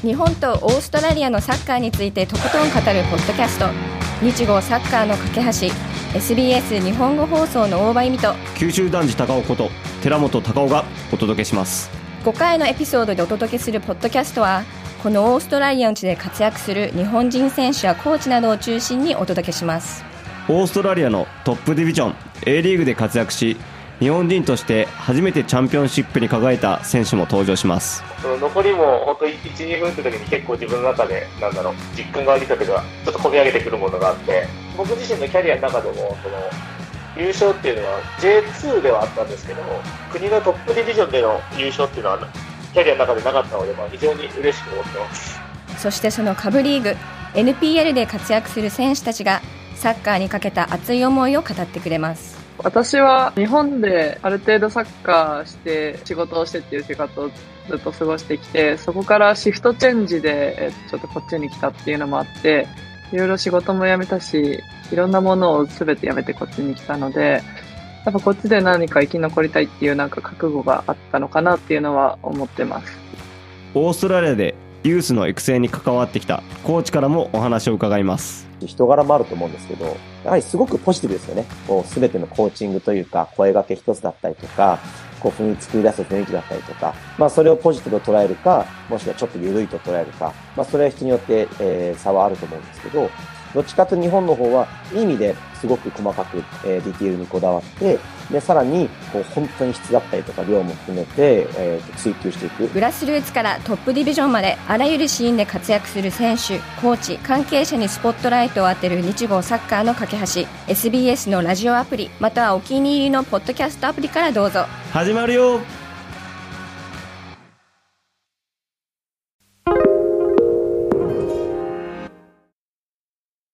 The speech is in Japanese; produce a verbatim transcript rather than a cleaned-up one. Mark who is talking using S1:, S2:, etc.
S1: 日本とオーストラリアのサッカーについてとことん語るポッドキャスト、日豪サッカーの架け橋、 エスビーエス 日本語放送の大場意味と
S2: 九州男児高尾こと寺本高尾がお届けします。
S1: ごかいのエピソードでお届けするポッドキャストは、このオーストラリアの地で活躍する日本人選手やコーチなどを中心にお届けします。
S2: オーストラリアのトップディビジョン A リーグで活躍し、日本人として初めてチャンピオンシップに輝いた選手も登場します。
S3: その残りも本当いち、にふんって時に結構自分の中でなんだろう実感がありたけどちょっと込み上げてくるものがあって、僕自身のキャリアの中でもその優勝っていうのは ジェイツー ではあったんですけど、国のトップディビジョンでの優勝っていうのはキャリアの中でなかったので、まあ、非常に嬉しく思ってます。
S1: そしてその下部リーグ エヌピーエル で活躍する選手たちがサッカーにかけた熱い思いを語ってくれます。
S4: 私は日本である程度サッカーして仕事をしてっていう生活をずっと過ごしてきて、そこからシフトチェンジでちょっとこっちに来たっていうのもあって、いろいろ仕事も辞めたし、いろんなものを全て辞めてこっちに来たので、やっぱこっちで何か生き残りたいっていうなんか覚悟があったのかなっていうのは思ってます。
S2: オーストラリアでユースの育成に関わってきたコーチからもお話を伺います。
S5: 人柄もあると思うんですけど、やはりすごくポジティブですよね。こう全てのコーチングというか声掛け一つだったりとか、こう雰囲気作り出す雰囲気だったりとか、まあそれをポジティブと捉えるか、もしくはちょっと緩いと捉えるか、まあそれは人によって、えー、差はあると思うんですけど、どっちかと日本の方はいい意味ですごく細かく、えー、ディティールにこだわって、でさらにこう本当に質だったりとか量も含めて、えー、追求していく。
S1: グラスルーツからトップディビジョンまであらゆるシーンで活躍する選手、コーチ、関係者にスポットライトを当てる日豪サッカーの架け橋、 エスビーエス のラジオアプリまたはお気に入りのポッドキャストアプリからどうぞ。
S2: 始まるよ。